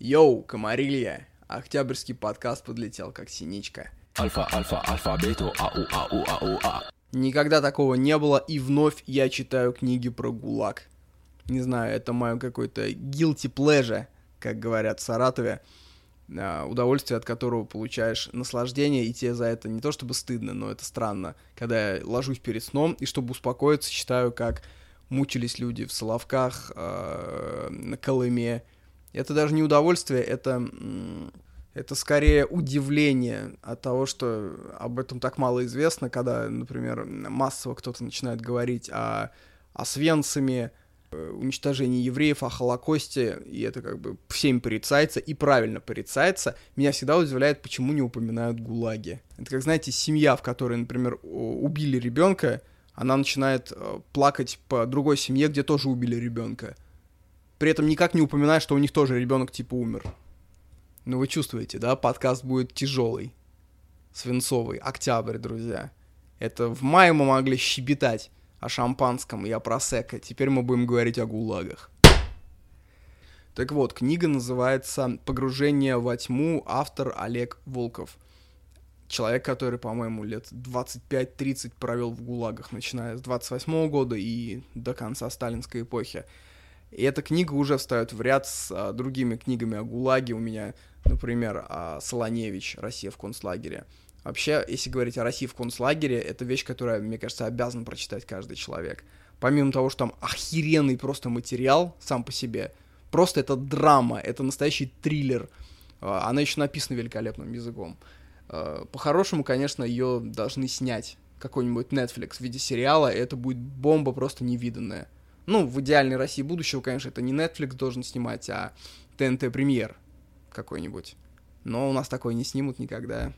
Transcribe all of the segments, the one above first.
Йоу, комарилья! Октябрьский подкаст подлетел, как синичка. Альфа, бета, ау. Никогда такого не было, и вновь я читаю книги про ГУЛАГ. Не знаю, это мое какое-то guilty pleasure, как говорят в Саратове. Удовольствие, от которого получаешь наслаждение, и тебе за это не то чтобы стыдно, но это странно. Когда я ложусь перед сном, и чтобы успокоиться, читаю, как мучились люди в Соловках, на Колыме. Это даже не удовольствие, это скорее удивление от того, что об этом так мало известно, когда, например, массово кто-то начинает говорить о Освенциме, уничтожении евреев, о Холокосте, и это как бы всем порицается, и правильно порицается. Меня всегда удивляет, почему не упоминают ГУЛАГи. Это как, знаете, семья, в которой, например, убили ребенка, она начинает плакать по другой семье, где тоже убили ребенка. При этом никак не упоминая, что у них тоже ребенок типа умер. Ну вы чувствуете, да? Подкаст будет тяжелый, свинцовый, октябрь, друзья. Это в мае мы могли щебетать о шампанском и о просекко. Теперь мы будем говорить о ГУЛАГах. Так вот, книга называется «Погружение во тьму», автор Олег Волков. Человек, который, по-моему, лет 25-30 провел в ГУЛАГах, начиная с 28 года и до конца сталинской эпохи. И эта книга уже встает в ряд с другими книгами о ГУЛАГе. У меня, например, Солоневич «Россия в концлагере». Вообще, если говорить о России в концлагере, это вещь, которую, мне кажется, обязан прочитать каждый человек. Помимо того, что там охеренный просто материал сам по себе, просто это драма, это настоящий триллер. Она еще написана великолепным языком. По-хорошему, конечно, ее должны снять какой-нибудь Netflix в виде сериала, и это будет бомба просто невиданная. Ну, в идеальной России будущего, конечно, это не Netflix должен снимать, а ТНТ Премьер какой-нибудь. Но у нас такой не снимут никогда.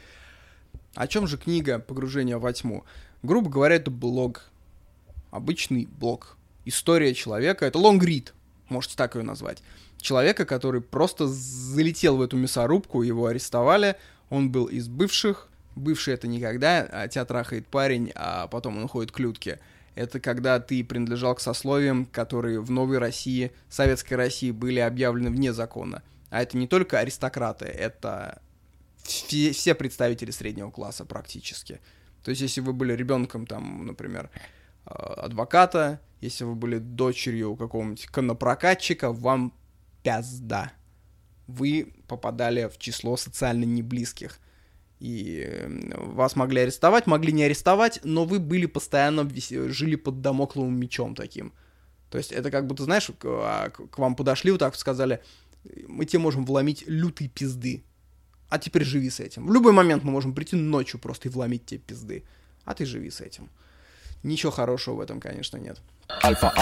О чем же книга «Погружение во тьму»? Грубо говоря, это блог. Обычный блог. История человека. Это лонгрид, можете так ее назвать. Человека, который просто залетел в эту мясорубку, его арестовали. Он был из бывших. Бывший — это никогда, а тебя трахает парень, а потом он уходит к Людке. Это когда ты принадлежал к сословиям, которые в новой России, советской России, были объявлены вне закона. А это не только аристократы, это все представители среднего класса практически. То есть, если вы были ребенком, там, например, адвоката, если вы были дочерью какого-нибудь коннопрокатчика, вам пизда. Вы попадали в число социально неблизких. И вас могли арестовать, могли не арестовать, но вы были постоянно, жили под дамокловым мечом таким. То есть это как будто, знаешь, к вам подошли, вот так сказали, мы тебе можем вломить лютой пизды, а теперь живи с этим. В любой момент мы можем прийти ночью просто и вломить тебе пизды, а ты живи с этим. Ничего хорошего в этом, конечно, нет. Альфа,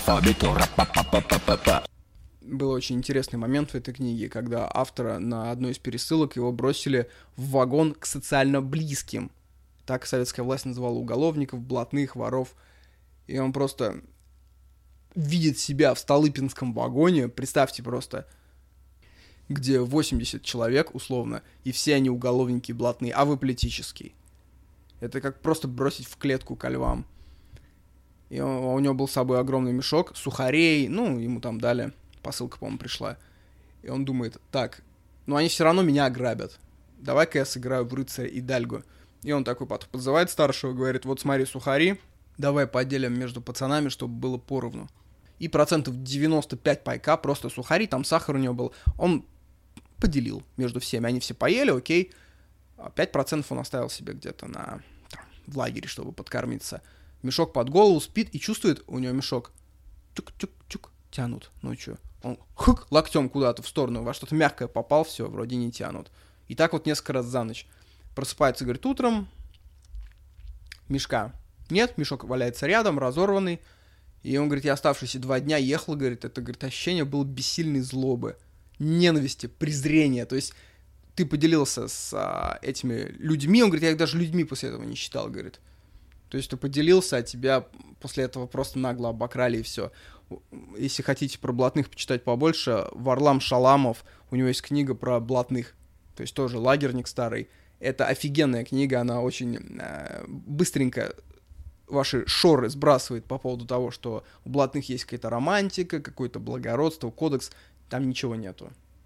бета, Был очень интересный момент в этой книге, когда автора на одной из пересылок его бросили в вагон к социально близким. Так советская власть называла уголовников, блатных, воров. И он просто видит себя в Столыпинском вагоне, представьте просто, где 80 человек, условно, и все они уголовники блатные, а вы политический. Это как просто бросить в клетку ко львам. И у него был с собой огромный мешок сухарей, ну, ему там дали... Посылка, по-моему, пришла. И он думает, так, ну они все равно меня ограбят. Давай-ка я сыграю в рыцаря и Дальгу. И он такой подзывает старшего, говорит, вот смотри, сухари, давай поделим между пацанами, чтобы было поровну. И 95% пайка, просто сухари, там сахар у него был, он поделил между всеми. Они все поели, окей. 5% он оставил себе где-то в лагере, чтобы подкормиться. Мешок под голову, спит и чувствует, у него мешок чук-чук-чук тянут ночью. Он локтем куда-то в сторону, во что-то мягкое попал, все, вроде не тянут. И так вот несколько раз за ночь. Просыпается, говорит, утром, мешка нет, мешок валяется рядом, разорванный. И он говорит, я оставшиеся 2 дня ехал, говорит, это, говорит, ощущение было бессильной злобы, ненависти, презрения. То есть ты поделился с этими людьми, он говорит, я их даже людьми после этого не считал, говорит. То есть ты поделился, а тебя после этого просто нагло обокрали и все. Если хотите про блатных почитать побольше, Варлам Шаламов, у него есть книга про блатных, то есть тоже лагерник старый. Это офигенная книга, она очень быстренько ваши шоры сбрасывает по поводу того, что у блатных есть какая-то романтика, какое-то благородство, кодекс. Там ничего нету.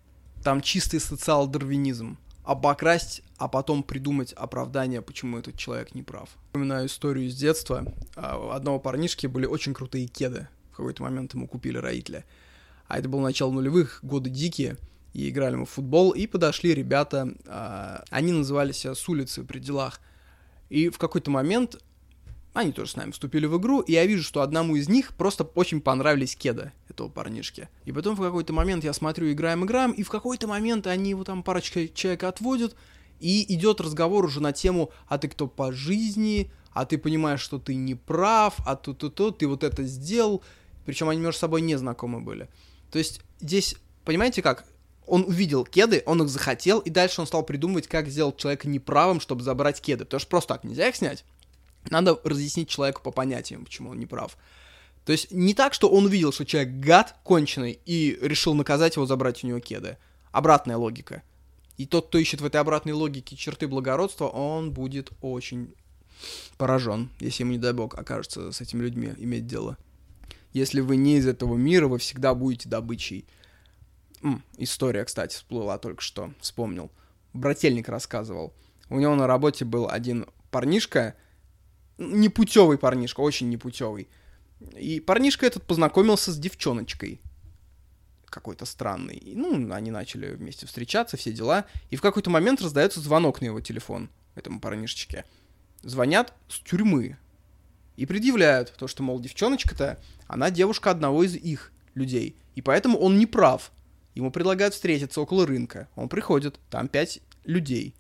Там чистый социал-дарвинизм. Обокрасть, а потом придумать оправдание, почему этот человек не прав. Вспоминаю историю из детства. У одного парнишки были очень крутые кеды. В какой-то момент ему купили родители. А это было начало нулевых, годы дикие. И играли мы в футбол, и подошли ребята. Они называли себя с улицы при делах. И в какой-то момент они тоже с нами вступили в игру, и я вижу, что одному из них просто очень понравились кеды этого парнишки. И потом в какой-то момент я смотрю, играем, и в какой-то момент они его там парочка человек отводят, и идет разговор уже на тему: а ты кто по жизни, а ты понимаешь, что ты не прав, а ты вот это сделал. Причем они между собой не знакомы были. То есть здесь, понимаете как, он увидел кеды, он их захотел, и дальше он стал придумывать, как сделать человека неправым, чтобы забрать кеды. Потому что просто так нельзя их снять. Надо разъяснить человеку по понятиям, почему он не прав. То есть не так, что он увидел, что человек гад конченый, и решил наказать его, забрать у него кеды. Обратная логика. И тот, кто ищет в этой обратной логике черты благородства, он будет очень поражен, если ему, не дай бог, окажется с этими людьми иметь дело. Если вы не из этого мира, вы всегда будете добычей. История, кстати, всплыла только что, вспомнил. Брательник рассказывал. У него на работе был один парнишка, непутевый парнишка, очень непутевый. И парнишка этот познакомился с девчоночкой. Какой-то странный. Они начали вместе встречаться, все дела. И в какой-то момент раздается звонок на его телефон, этому парнишечке. Звонят с тюрьмы. И предъявляют то, что, мол, девчоночка-то, она девушка одного из их людей. И поэтому он не прав. Ему предлагают встретиться около рынка. Он приходит, там 5 людей.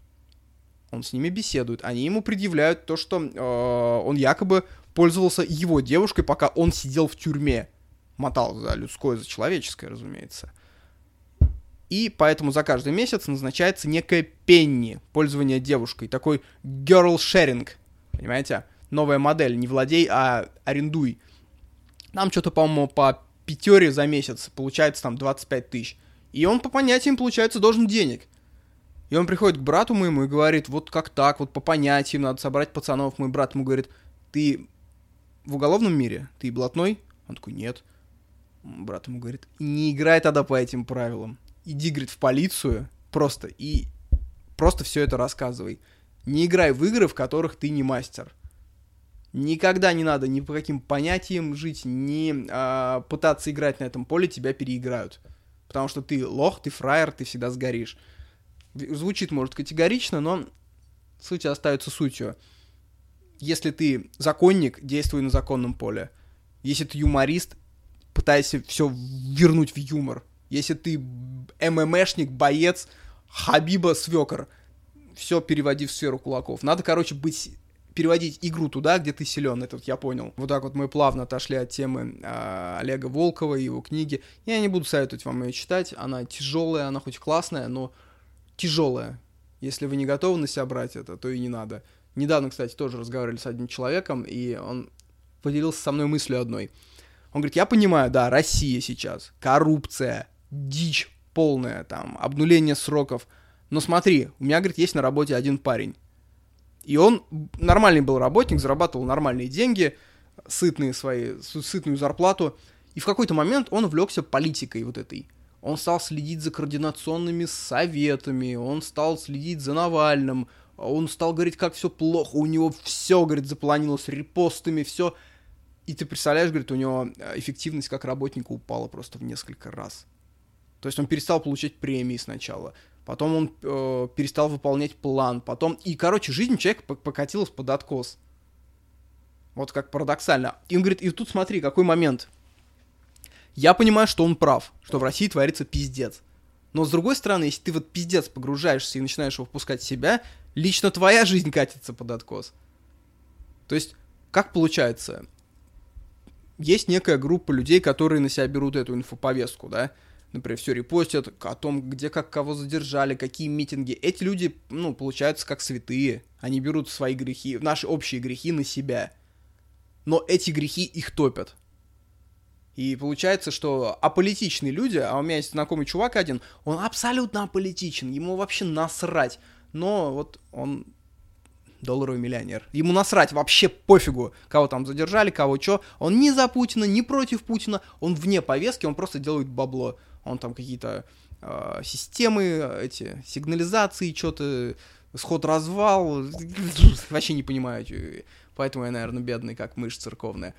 Он с ними беседует. Они ему предъявляют то, что он якобы пользовался его девушкой, пока он сидел в тюрьме. Мотал за людское, за человеческое, разумеется. И поэтому за каждый месяц назначается некая пенни, пользование девушкой. Такой girl sharing, понимаете? Новая модель. Не владей, а арендуй. Там что-то, по-моему, по 5 за месяц получается там 25 тысяч. И он по понятиям, получается, должен денег. И он приходит к брату моему и говорит: вот как так, вот по понятиям надо собрать пацанов. Мой брат ему говорит: ты в уголовном мире? Ты блатной? Он такой: нет. Брат ему говорит: не играй тогда по этим правилам. Иди, говорит, в полицию просто все это рассказывай. Не играй в игры, в которых ты не мастер. Никогда не надо ни по каким понятиям жить, ни пытаться играть на этом поле, тебя переиграют. Потому что ты лох, ты фраер, ты всегда сгоришь. Звучит, может, категорично, но суть остается сутью. Если ты законник, действуй на законном поле. Если ты юморист, пытайся все вернуть в юмор. Если ты ММшник, боец, Хабиба свекор, все переводи в сферу кулаков. Надо, переводить игру туда, где ты силен, это вот я понял. Вот так вот мы плавно отошли от темы Олега Волкова и его книги. Я не буду советовать вам ее читать, она тяжелая, она хоть классная, но тяжелая. Если вы не готовы на себя брать это, то и не надо. Недавно, кстати, тоже разговаривали с одним человеком, и он поделился со мной мыслью одной. Он говорит: я понимаю, да, Россия сейчас, коррупция, дичь полная, там, обнуление сроков. Но смотри, у меня, говорит, есть на работе один парень. И он нормальный был работник, зарабатывал нормальные деньги, сытную зарплату. И в какой-то момент он увлекся политикой вот этой. Он стал следить за координационными советами, он стал следить за Навальным, он стал говорить, как все плохо, у него все, говорит, запланилось репостами, все. И ты представляешь, говорит, у него эффективность как работника упала просто в несколько раз. То есть он перестал получать премии сначала, потом он перестал выполнять план, потом... И, жизнь человека покатилась под откос. Вот как парадоксально. И он говорит: и тут смотри, какой момент. Я понимаю, что он прав, что в России творится пиздец. Но с другой стороны, если ты в этот пиздец погружаешься и начинаешь его впускать в себя, лично твоя жизнь катится под откос. То есть, как получается? Есть некая группа людей, которые на себя берут эту инфоповестку, да? Например, все репостят о том, где как кого задержали, какие митинги. Эти люди, получаются как святые. Они берут свои грехи, наши общие грехи на себя. Но эти грехи их топят. И получается, что аполитичные люди, а у меня есть знакомый чувак один, он абсолютно аполитичен, ему вообще насрать. Но вот он долларовый миллионер. Ему насрать, вообще пофигу, кого там задержали, кого чё. Он не за Путина, не против Путина, он вне повестки, он просто делает бабло. Он там какие-то системы, эти сигнализации, что-то, сход-развал, вообще не понимаю, поэтому я, наверное, бедный, как мышь церковная.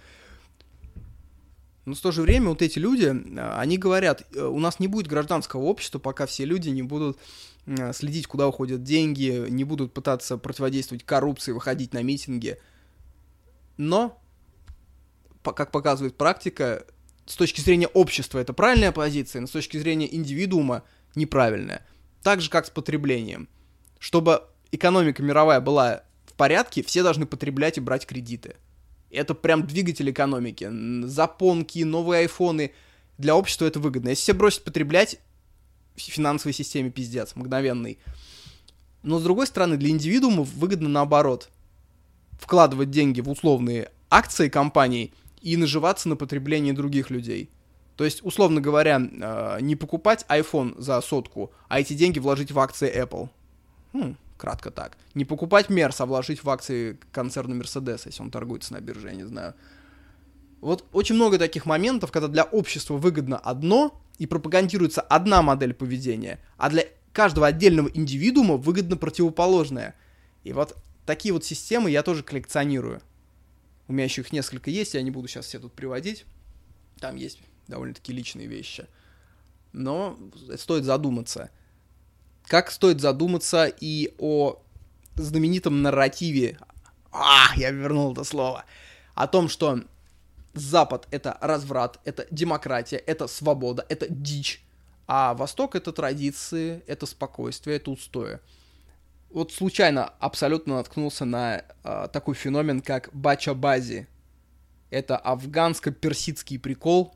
Но в то же время вот эти люди, они говорят, у нас не будет гражданского общества, пока все люди не будут следить, куда уходят деньги, не будут пытаться противодействовать коррупции, выходить на митинги. Но, как показывает практика, с точки зрения общества это правильная позиция, но с точки зрения индивидуума неправильная. Так же, как с потреблением. Чтобы экономика мировая была в порядке, все должны потреблять и брать кредиты. Это прям двигатель экономики. Запонки, новые айфоны. Для общества это выгодно. Если все бросят потреблять, в финансовой системе пиздец, мгновенный. Но, с другой стороны, для индивидуумов выгодно наоборот. Вкладывать деньги в условные акции компаний и наживаться на потреблении других людей. То есть, условно говоря, не покупать iPhone за 100, а эти деньги вложить в акции Apple. Кратко так. Не покупать Мерс, а вложить в акции концерна Mercedes, если он торгуется на бирже, я не знаю. Вот очень много таких моментов, когда для общества выгодно одно, и пропагандируется одна модель поведения, а для каждого отдельного индивидуума выгодно противоположное. И вот такие вот системы я тоже коллекционирую. У меня еще их несколько есть, я не буду сейчас все тут приводить. Там есть довольно-таки личные вещи. Но стоит задуматься. Как стоит задуматься и о знаменитом нарративе, я вернул это слово, о том, что Запад — это разврат, это демократия, это свобода, это дичь, а Восток — это традиции, это спокойствие, это устои. Вот случайно абсолютно наткнулся на такой феномен, как бача-бази. Это афганско-персидский прикол,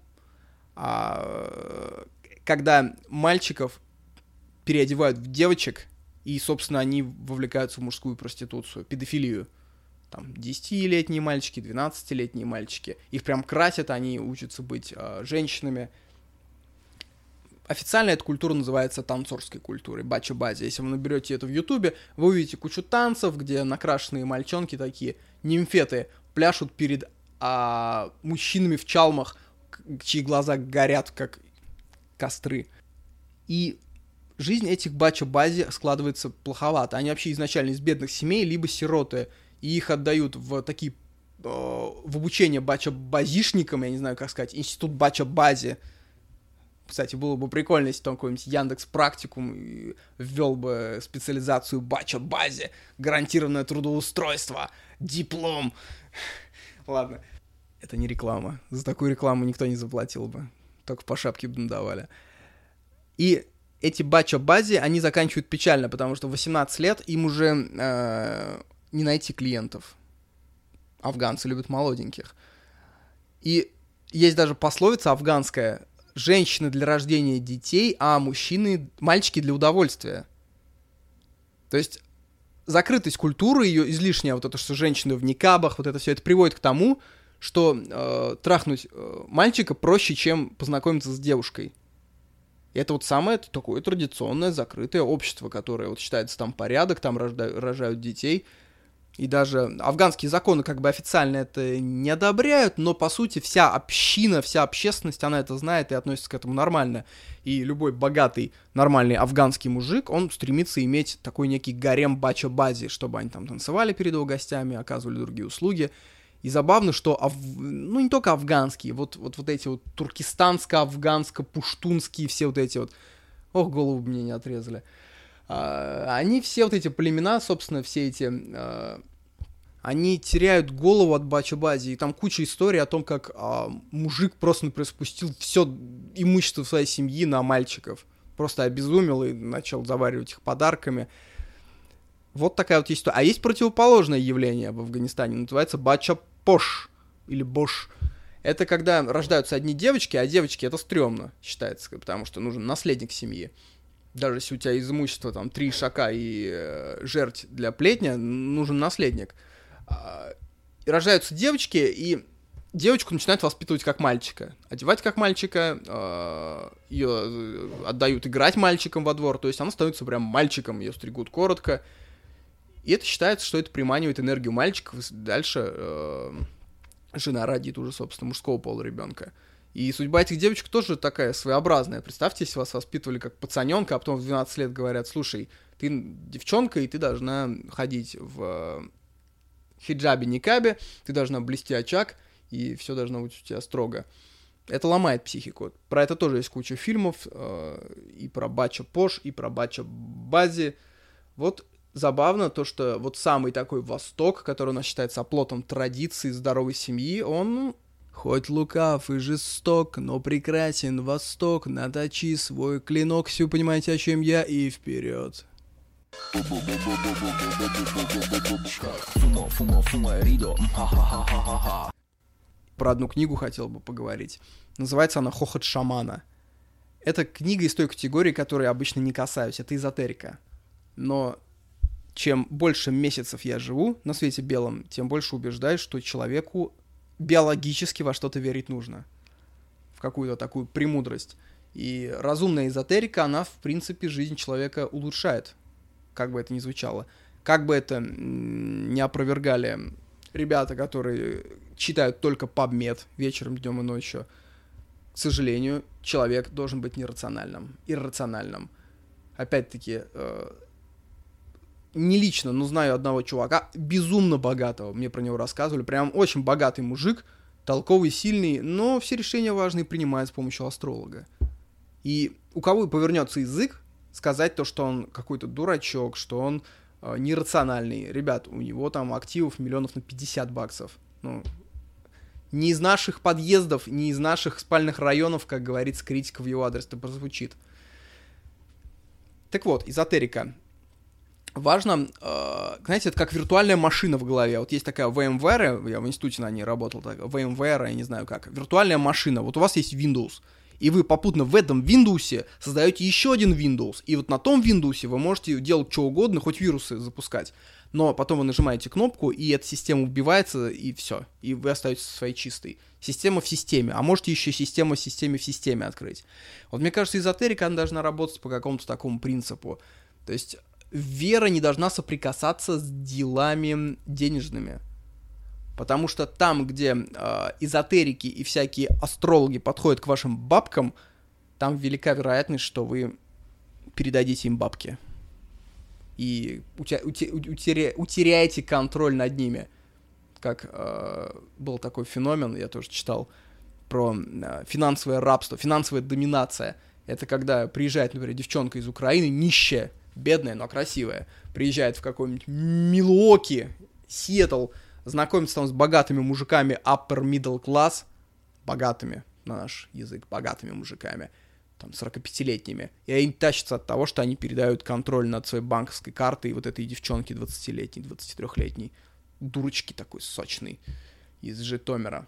когда мальчиков переодевают в девочек, и, собственно, они вовлекаются в мужскую проституцию, педофилию. Там 10-летние мальчики, 12-летние мальчики. Их прям красят, они учатся быть женщинами. Официально эта культура называется танцорской культурой, бача-бази. Если вы наберете это в Ютубе, вы увидите кучу танцев, где накрашенные мальчонки такие, нимфеты, пляшут перед мужчинами в чалмах, чьи глаза горят, как костры. И жизнь этих бача-бази складывается плоховато. Они вообще изначально из бедных семей, либо сироты, и их отдают в такие в обучение бача-базишникам, я не знаю, как сказать, институт бача-бази. Кстати, было бы прикольно, если там какой-нибудь Яндекс.Практикум ввел бы специализацию бача-базе, гарантированное трудоустройство, диплом. Ладно, это не реклама. За такую рекламу никто не заплатил бы. Только по шапке бы надавали. И эти бача-бази, они заканчивают печально, потому что в 18 лет им уже не найти клиентов. Афганцы любят молоденьких. И есть даже пословица афганская: женщины для рождения детей, а мужчины, мальчики для удовольствия. То есть закрытость культуры, ее излишняя, вот это, что женщины в никабах, вот это все, это приводит к тому, что трахнуть мальчика проще, чем познакомиться с девушкой. И это вот самое такое традиционное закрытое общество, которое вот считается там порядок, там рожают детей. И даже афганские законы как бы официально это не одобряют, но по сути вся община, вся общественность, она это знает и относится к этому нормально. И любой богатый, нормальный афганский мужик, он стремится иметь такой некий гарем бача-бази, чтобы они там танцевали перед его гостями, оказывали другие услуги. И забавно, что, ну, не только афганские, вот эти вот туркестанско-афганско-пуштунские, все вот эти вот, голову бы мне не отрезали, они все вот эти племена, собственно, все эти, они теряют голову от бача-бази, и там куча историй о том, как мужик просто, например, спустил все имущество своей семьи на мальчиков, просто обезумел и начал заваривать их подарками. Вот такая вот есть история. А есть противоположное явление в Афганистане, называется бача-пош или бош. Это когда рождаются одни девочки, а девочки это стрёмно считается, потому что нужен наследник семьи. Даже если у тебя из имущества там 3 ишака и жерть для плетня, нужен наследник. И рождаются девочки, и девочку начинают воспитывать как мальчика. Одевать как мальчика, ее отдают играть мальчиком во двор, то есть она становится прям мальчиком, ее стригут коротко. И это считается, что это приманивает энергию мальчиков, и дальше жена родит уже, собственно, мужского пола ребенка. И судьба этих девочек тоже такая своеобразная. Представьте, если вас воспитывали как пацаненка, а потом в 12 лет говорят: слушай, ты девчонка, и ты должна ходить в хиджабе, никабе, ты должна блести очаг, и все должно быть у тебя строго. Это ломает психику. Про это тоже есть куча фильмов, и про Бачо Пош, и про Бачо Бази. Вот забавно то, что вот самый такой Восток, который у нас считается оплотом традиций здоровой семьи, он хоть лукав и жесток, но прекрасен Восток, наточи свой клинок, все понимаете, о чем я, и вперед. Про одну книгу хотел бы поговорить. Называется она «Хохот шамана». Это книга из той категории, которой обычно не касаюсь, это эзотерика. Но чем больше месяцев я живу на свете белом, тем больше убеждаюсь, что человеку биологически во что-то верить нужно. В какую-то такую премудрость. И разумная эзотерика, она, в принципе, жизнь человека улучшает. Как бы это ни звучало. Как бы это не опровергали ребята, которые читают только PubMed вечером, днем и ночью. К сожалению, человек должен быть нерациональным, иррациональным. Опять-таки, не лично, но знаю одного чувака, безумно богатого, мне про него рассказывали, прям очень богатый мужик, толковый, сильный, но все решения важные принимает с помощью астролога. И у кого повернется язык сказать то, что он какой-то дурачок, что он нерациональный. Ребят, у него там активов миллионов на 50 баксов. Ну, не из наших подъездов, не из наших спальных районов, как говорится, критика в его адрес, это прозвучит. Так вот, эзотерика. Важно, знаете, это как виртуальная машина в голове. Вот есть такая VMware, я в институте на ней работал, так, VMware, я не знаю как, виртуальная машина. Вот у вас есть Windows, и вы попутно в этом Windows создаете еще один Windows, и вот на том Windows вы можете делать что угодно, хоть вирусы запускать. Но потом вы нажимаете кнопку, и эта система убивается, и все. И вы остаетесь своей чистой. Система в системе. А можете еще систему в системе открыть. Вот мне кажется, эзотерика, она должна работать по какому-то такому принципу. То есть вера не должна соприкасаться с делами денежными. Потому что там, где эзотерики и всякие астрологи подходят к вашим бабкам, там велика вероятность, что вы передадите им бабки. И утеряете контроль над ними. Как был такой феномен, я тоже читал, про финансовое рабство, финансовая доминация. Это когда приезжает, например, девчонка из Украины, нищая, бедная, но красивая, приезжает в какой-нибудь Милуоки, Сиэтл, знакомится там с богатыми мужиками upper middle class, богатыми, на наш язык, богатыми мужиками, там, 45-летними, и они тащатся от того, что они передают контроль над своей банковской картой вот этой девчонке 20-летней, 23-летней, дурочки такой сочный, из Житомира.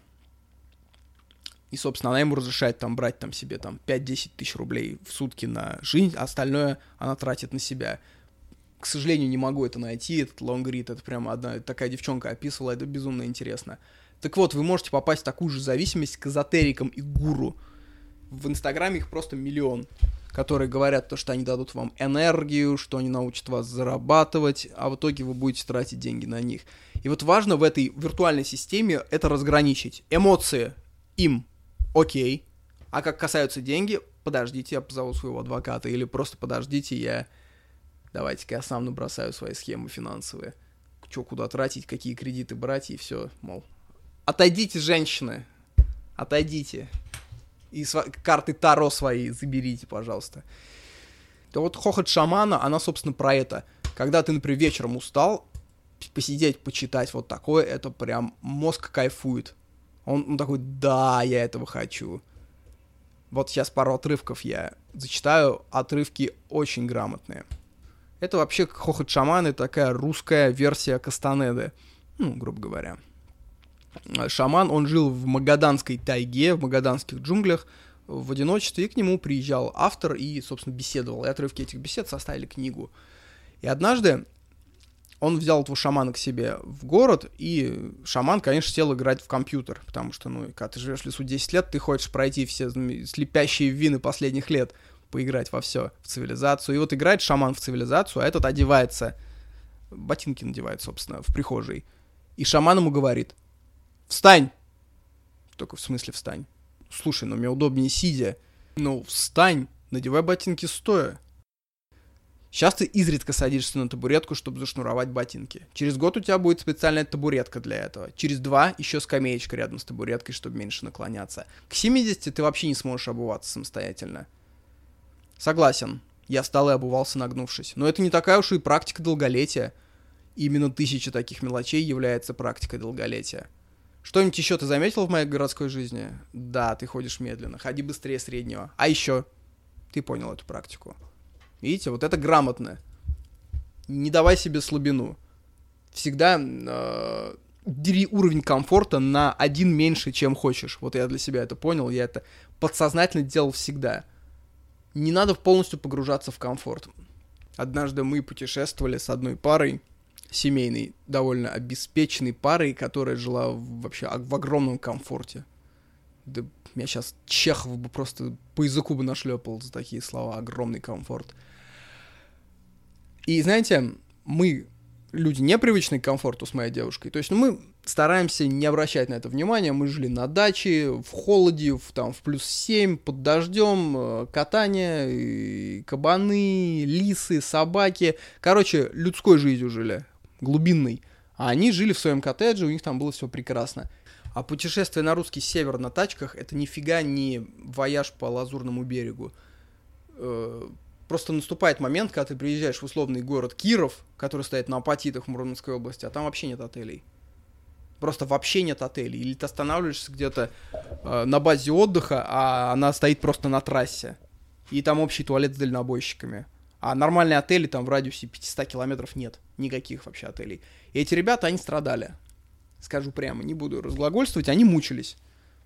И, собственно, она ему разрешает там брать там себе там 5-10 тысяч рублей в сутки на жизнь, а остальное она тратит на себя. К сожалению, не могу это найти, этот лонгрид, это прямо одна такая девчонка описывала, это безумно интересно. Так вот, вы можете попасть в такую же зависимость к эзотерикам и гуру. В Инстаграме их просто миллион, которые говорят то, что они дадут вам энергию, что они научат вас зарабатывать, а в итоге вы будете тратить деньги на них. И вот важно в этой виртуальной системе это разграничить. Эмоции им окей, а как касаются деньги, подождите, я позову своего адвоката, или просто подождите, давайте-ка я сам набросаю свои схемы финансовые. Что, куда тратить, какие кредиты брать, и все, мол. Отойдите, женщины, отойдите. И карты Таро свои заберите, пожалуйста. То вот хохот шамана, она, собственно, про это. Когда ты, например, вечером устал, посидеть, почитать вот такое, это прям мозг кайфует. Он такой, да, я этого хочу. Вот сейчас пару отрывков я зачитаю, отрывки очень грамотные. Это вообще хохот шамана, такая русская версия Кастанеды, грубо говоря. Шаман, он жил в магаданской тайге, в магаданских джунглях, в одиночестве, и к нему приезжал автор и, собственно, беседовал. И отрывки этих бесед составили книгу. И однажды он взял этого шамана к себе в город, и шаман, конечно, сел играть в компьютер, потому что, когда ты живешь в лесу 10 лет, ты хочешь пройти все слепящие вины последних лет, поиграть во все, в цивилизацию. И вот играет шаман в цивилизацию, а этот одевается, ботинки надевает, собственно, в прихожей. И шаман ему говорит: «Встань!» Только в смысле встань? Слушай, ну мне удобнее сидя. Ну, встань, надевай ботинки стоя. Сейчас ты изредка садишься на табуретку, чтобы зашнуровать ботинки. Через год у тебя будет специальная табуретка для этого. Через 2 еще скамеечка рядом с табуреткой, чтобы меньше наклоняться. К 70 ты вообще не сможешь обуваться самостоятельно. Согласен, я встал и обувался, нагнувшись. Но это не такая уж и практика долголетия. Именно 1000 таких мелочей является практикой долголетия. Что-нибудь еще ты заметил в моей городской жизни? Да, ты ходишь медленно, ходи быстрее среднего. А еще, ты понял эту практику. Видите, вот это грамотно. Не давай себе слабину. Всегда дери уровень комфорта на 1 меньше, чем хочешь. Вот я для себя это понял, я это подсознательно делал всегда. Не надо полностью погружаться в комфорт. Однажды мы путешествовали с одной парой, семейной, довольно обеспеченной парой, которая жила вообще в огромном комфорте. Да меня сейчас Чехов бы просто по языку бы нашлепал за такие слова. Огромный комфорт. И знаете, мы люди непривычные к комфорту с моей девушкой. То есть мы стараемся не обращать на это внимания. Мы жили на даче, в холоде, в +7, под дождем, катание, кабаны, лисы, собаки. Короче, людской жизнью жили, глубинной. А они жили в своем коттедже, у них там было все прекрасно. А путешествие на русский север на тачках — это нифига не вояж по Лазурному берегу. Просто наступает момент, когда ты приезжаешь в условный город Киров, который стоит на Апатитах в Мурманской области, а там вообще нет отелей. Просто вообще нет отелей. Или ты останавливаешься где-то на базе отдыха, а она стоит просто на трассе. И там общий туалет с дальнобойщиками. А нормальные отели там в радиусе 500 километров нет. Никаких вообще отелей. И эти ребята, они страдали. Скажу прямо, не буду разглагольствовать, они мучились.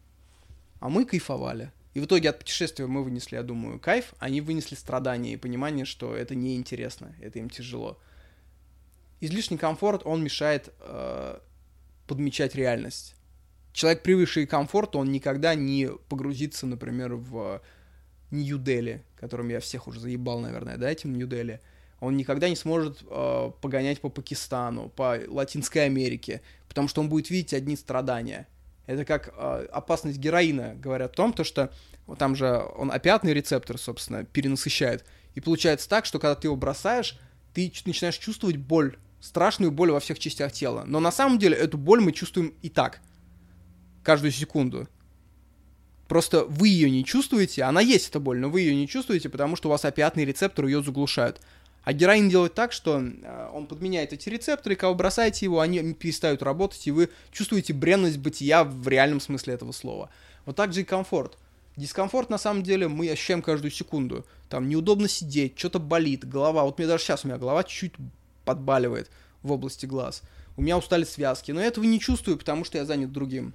А мы кайфовали. И в итоге от путешествия мы вынесли, я думаю, кайф, они вынесли страдания и понимание, что это неинтересно, это им тяжело. Излишний комфорт, он мешает подмечать реальность. Человек, привыкший к комфорту, он никогда не погрузится, например, в Нью-Дели, которым я всех уже заебал, наверное, да, этим Нью-Дели. Он никогда не сможет погонять по Пакистану, по Латинской Америке, потому что он будет видеть одни страдания. Это как опасность героина, говорят о том, что там же он опиатный рецептор, собственно, перенасыщает. И получается так, что когда ты его бросаешь, ты начинаешь чувствовать боль, страшную боль во всех частях тела. Но на самом деле эту боль мы чувствуем и так, каждую секунду. Просто вы ее не чувствуете, она есть эта боль, но вы ее не чувствуете, потому что у вас опиатные рецепторы ее заглушают. А героин делает так, что он подменяет эти рецепторы, когда вы бросаете его, они перестают работать, и вы чувствуете бренность бытия в реальном смысле этого слова. Вот так же и комфорт. Дискомфорт, на самом деле, мы ощущаем каждую секунду. Там неудобно сидеть, что-то болит, голова. Вот мне даже сейчас у меня голова чуть-чуть подбаливает в области глаз. У меня устали связки, но я этого не чувствую, потому что я занят другим.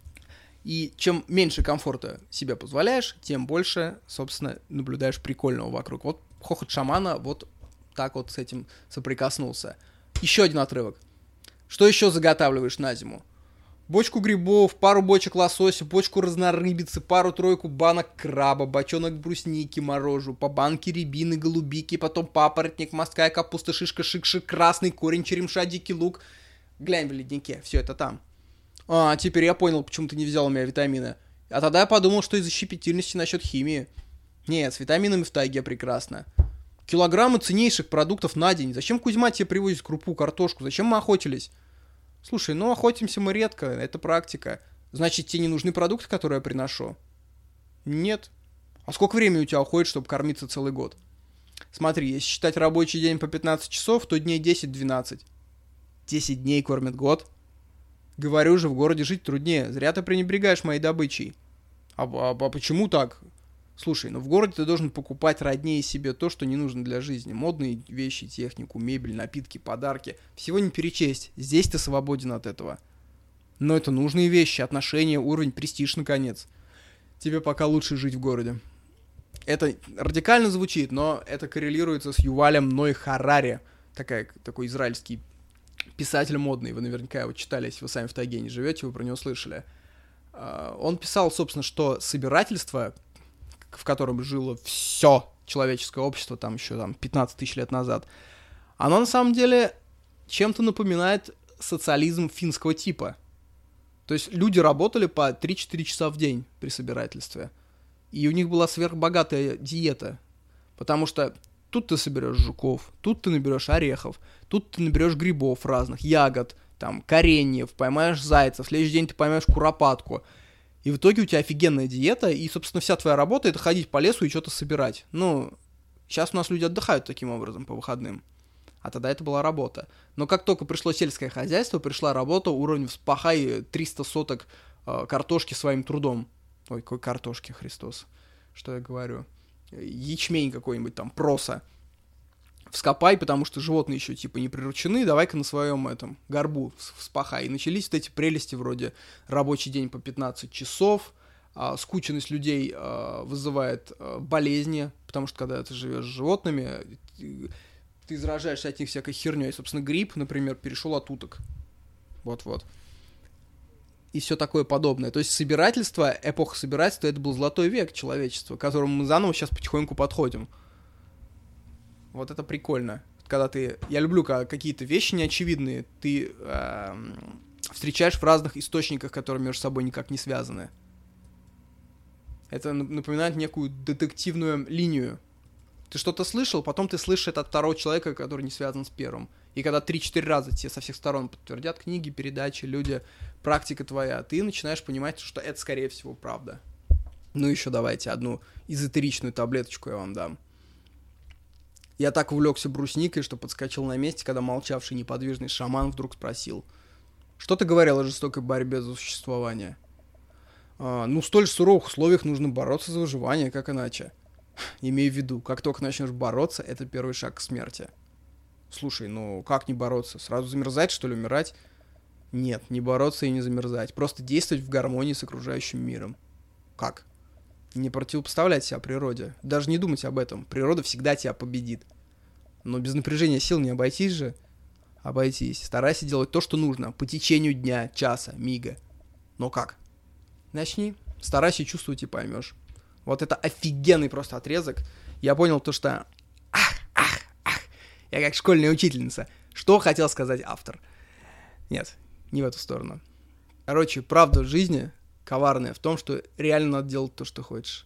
И чем меньше комфорта себе позволяешь, тем больше, собственно, наблюдаешь прикольного вокруг. Вот хохот шамана, вот так вот с этим соприкоснулся. Еще один отрывок. Что еще заготавливаешь на зиму? Бочку грибов, пару бочек лосося, бочку разнорыбицы, пару-тройку банок краба, бочонок брусники морожу, по банке рябины, голубики, потом папоротник, морская капуста, шишка, шик-шик, красный корень, черемша, дикий лук. Глянь в леднике, все это там. А, теперь я понял, почему ты не взял у меня витамины. А тогда я подумал, что из-за щепетильности насчет химии. Нет, с витаминами в тайге прекрасно. Килограммы ценнейших продуктов на день. Зачем Кузьма тебе привозит крупу, картошку? Зачем мы охотились? Слушай, ну охотимся мы редко, это практика. Значит, тебе не нужны продукты, которые я приношу? Нет. А сколько времени у тебя уходит, чтобы кормиться целый год? Смотри, если считать рабочий день по 15 часов, то дней 10-12. 10 дней кормят год? Говорю же, в городе жить труднее. Зря ты пренебрегаешь моей добычей. А почему так? Слушай, ну в городе ты должен покупать роднее себе то, что не нужно для жизни. Модные вещи, технику, мебель, напитки, подарки. Всего не перечесть. Здесь ты свободен от этого. Но это нужные вещи, отношения, уровень, престиж, наконец. Тебе пока лучше жить в городе. Это радикально звучит, но это коррелируется с Ювалем Ной Харари. Такой израильский писатель модный. Вы наверняка его читали, если вы сами в тайге не живете, вы про него слышали. Он писал, собственно, что собирательство, в котором жило все человеческое общество, там еще 15 тысяч лет назад, оно на самом деле чем-то напоминает социализм финского типа. То есть люди работали по 3-4 часа в день при собирательстве. И у них была сверхбогатая диета. Потому что тут ты соберешь жуков, тут ты наберешь орехов, тут ты наберешь грибов разных, ягод, там, кореньев, поймаешь зайца, в следующий день ты поймаешь куропатку. И в итоге у тебя офигенная диета, и, собственно, вся твоя работа — это ходить по лесу и что-то собирать. Ну, сейчас у нас люди отдыхают таким образом по выходным. А тогда это была работа. Но как только пришло сельское хозяйство, пришла работа уровня «вспахай 300 соток картошки своим трудом». Ой, какой картошки, Христос. Что я говорю? Ячмень какой-нибудь там, проса. Вскопай, потому что животные еще типа не приручены, давай-ка на своем этом горбу вспахай. И начались вот эти прелести вроде рабочий день по 15 часов, скученность людей вызывает болезни, потому что когда ты живешь с животными, ты заражаешься от них всякой херней. Собственно, грипп, например, перешел от уток. Вот-вот. И все такое подобное. То есть собирательство, эпоха собирательства, это был золотой век человечества, к которому мы заново сейчас потихоньку подходим. Вот это прикольно. Когда ты... Я люблю, когда какие-то вещи неочевидные ты встречаешь в разных источниках, которые между собой никак не связаны. Это напоминает некую детективную линию. Ты что-то слышал, потом ты слышишь это от второго человека, который не связан с первым. И когда 3-4 раза тебе со всех сторон подтвердят книги, передачи, люди, практика твоя, ты начинаешь понимать, что это, скорее всего, правда. Ну, еще давайте одну эзотеричную таблеточку я вам дам. Я так увлекся брусникой, что подскочил на месте, когда молчавший неподвижный шаман вдруг спросил: «Что ты говорил о жестокой борьбе за существование?» «Ну, в столь суровых условиях нужно бороться за выживание, как иначе. Имей в виду, как только начнешь бороться, это первый шаг к смерти». «Слушай, ну как не бороться? Сразу замерзать, что ли, умирать?» «Нет, не бороться и не замерзать. Просто действовать в гармонии с окружающим миром». «Как?» «Не противопоставлять себя природе. Даже не думать об этом. Природа всегда тебя победит. Но без напряжения сил не обойтись же». «Обойтись. Старайся делать то, что нужно. По течению дня, часа, мига». «Но как?» «Начни. Старайся чувствовать и поймешь». Вот это офигенный просто отрезок. Я понял то, что... Я как школьная учительница. Что хотел сказать автор? Нет, не в эту сторону. Короче, правда в жизни коварная в том, что реально надо делать то, что хочешь.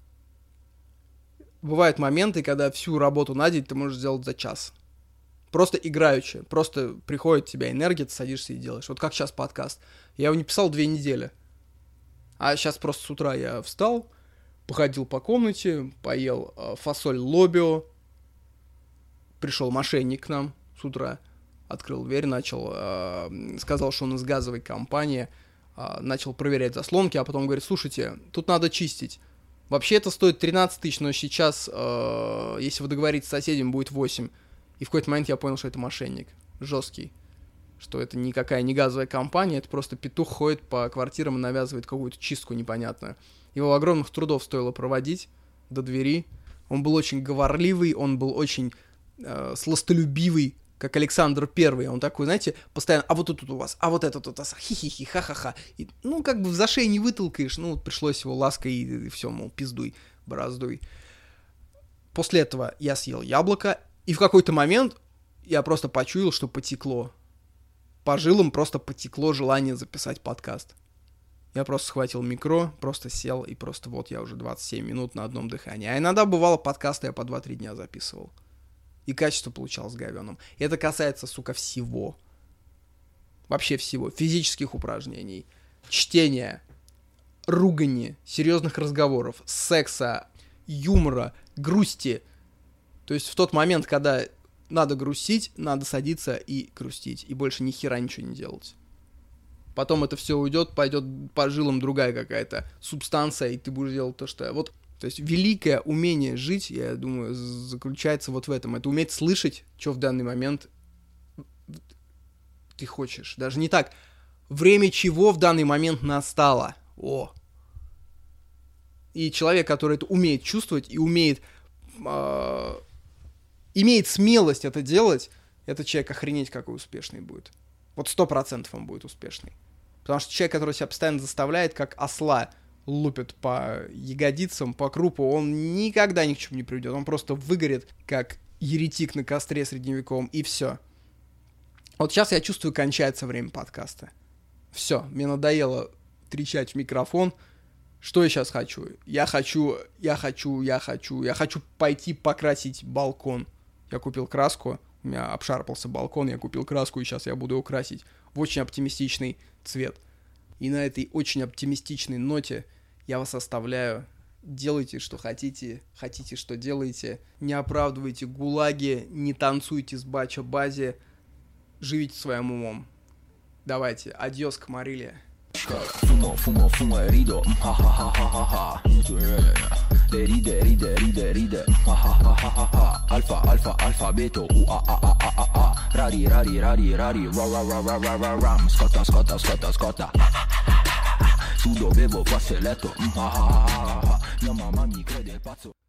Бывают моменты, когда всю работу на день ты можешь сделать за час. Просто играючи. Просто приходит в тебя энергия, ты садишься и делаешь. Вот как сейчас подкаст. Я его не писал 2 недели. А сейчас просто с утра я встал, походил по комнате, поел фасоль лобио. Пришел мошенник к нам с утра, открыл дверь, сказал, что он из газовой компании, начал проверять заслонки, а потом говорит: слушайте, тут надо чистить. Вообще это стоит 13 тысяч, но сейчас, если вы договоритесь с соседями, будет 8. И в какой-то момент я понял, что это мошенник, жесткий, что это никакая не газовая компания, это просто петух ходит по квартирам и навязывает какую-то чистку непонятную. Его огромных трудов стоило проводить до двери. Он был очень говорливый, он был очень сластолюбивый, как Александр Первый. Он такой, знаете, постоянно: а вот тут у вас, а вот это тут у вас, хи-хи-хи, ха-ха-ха. И, ну, как бы за шею не вытолкаешь, ну, пришлось его лаской и все, мол, пиздуй, бороздуй. После этого я съел яблоко, и в какой-то момент я просто почуял, что потекло. По жилам просто потекло желание записать подкаст. Я просто схватил микро, просто сел, и просто вот я уже 27 минут на одном дыхании. А иногда бывало, подкасты я по 2-3 дня записывал. И качество получалось говёным. И это касается, сука, всего. Вообще всего. Физических упражнений, чтения, ругани, серьезных разговоров, секса, юмора, грусти. То есть в тот момент, когда надо грустить, надо садиться и грустить. И больше ни хера ничего не делать. Потом это все уйдет, пойдет по жилам другая какая-то субстанция, и ты будешь делать то, что... Вот, то есть великое умение жить, я думаю, заключается вот в этом. Это уметь слышать, что в данный момент ты хочешь. Даже не так. Время чего в данный момент настало. О! И человек, который это умеет чувствовать и умеет... имеет смелость это делать, этот человек охренеть какой успешный будет. Вот 100% он будет успешный. Потому что человек, который себя постоянно заставляет, как осла, лупит по ягодицам, по крупу, он никогда ни к чему не приведет. Он просто выгорит, как еретик на костре средневековом, и все. Вот сейчас я чувствую, кончается время подкаста. Все, мне надоело трещать в микрофон. Что я сейчас хочу? Я хочу пойти покрасить балкон. Я купил краску, у меня обшарпался балкон, я купил краску, и сейчас я буду его красить в очень оптимистичный цвет. И на этой очень оптимистичной ноте я вас оставляю. Делайте, что хотите, что делаете. Не оправдывайте гулаги, не танцуйте с бача-бази. Живите своим умом. Давайте, адьос, Камарилья. Fumo e rido, ha ha ha ha ha ha. Ride, ha ha ha ha ha. Alfa, beto, a a a a a a. Rari, ra. Scotta. Sudo, bevo, faccio letto, ha ha ha ha ha. Mia mamma mi crede pazzo.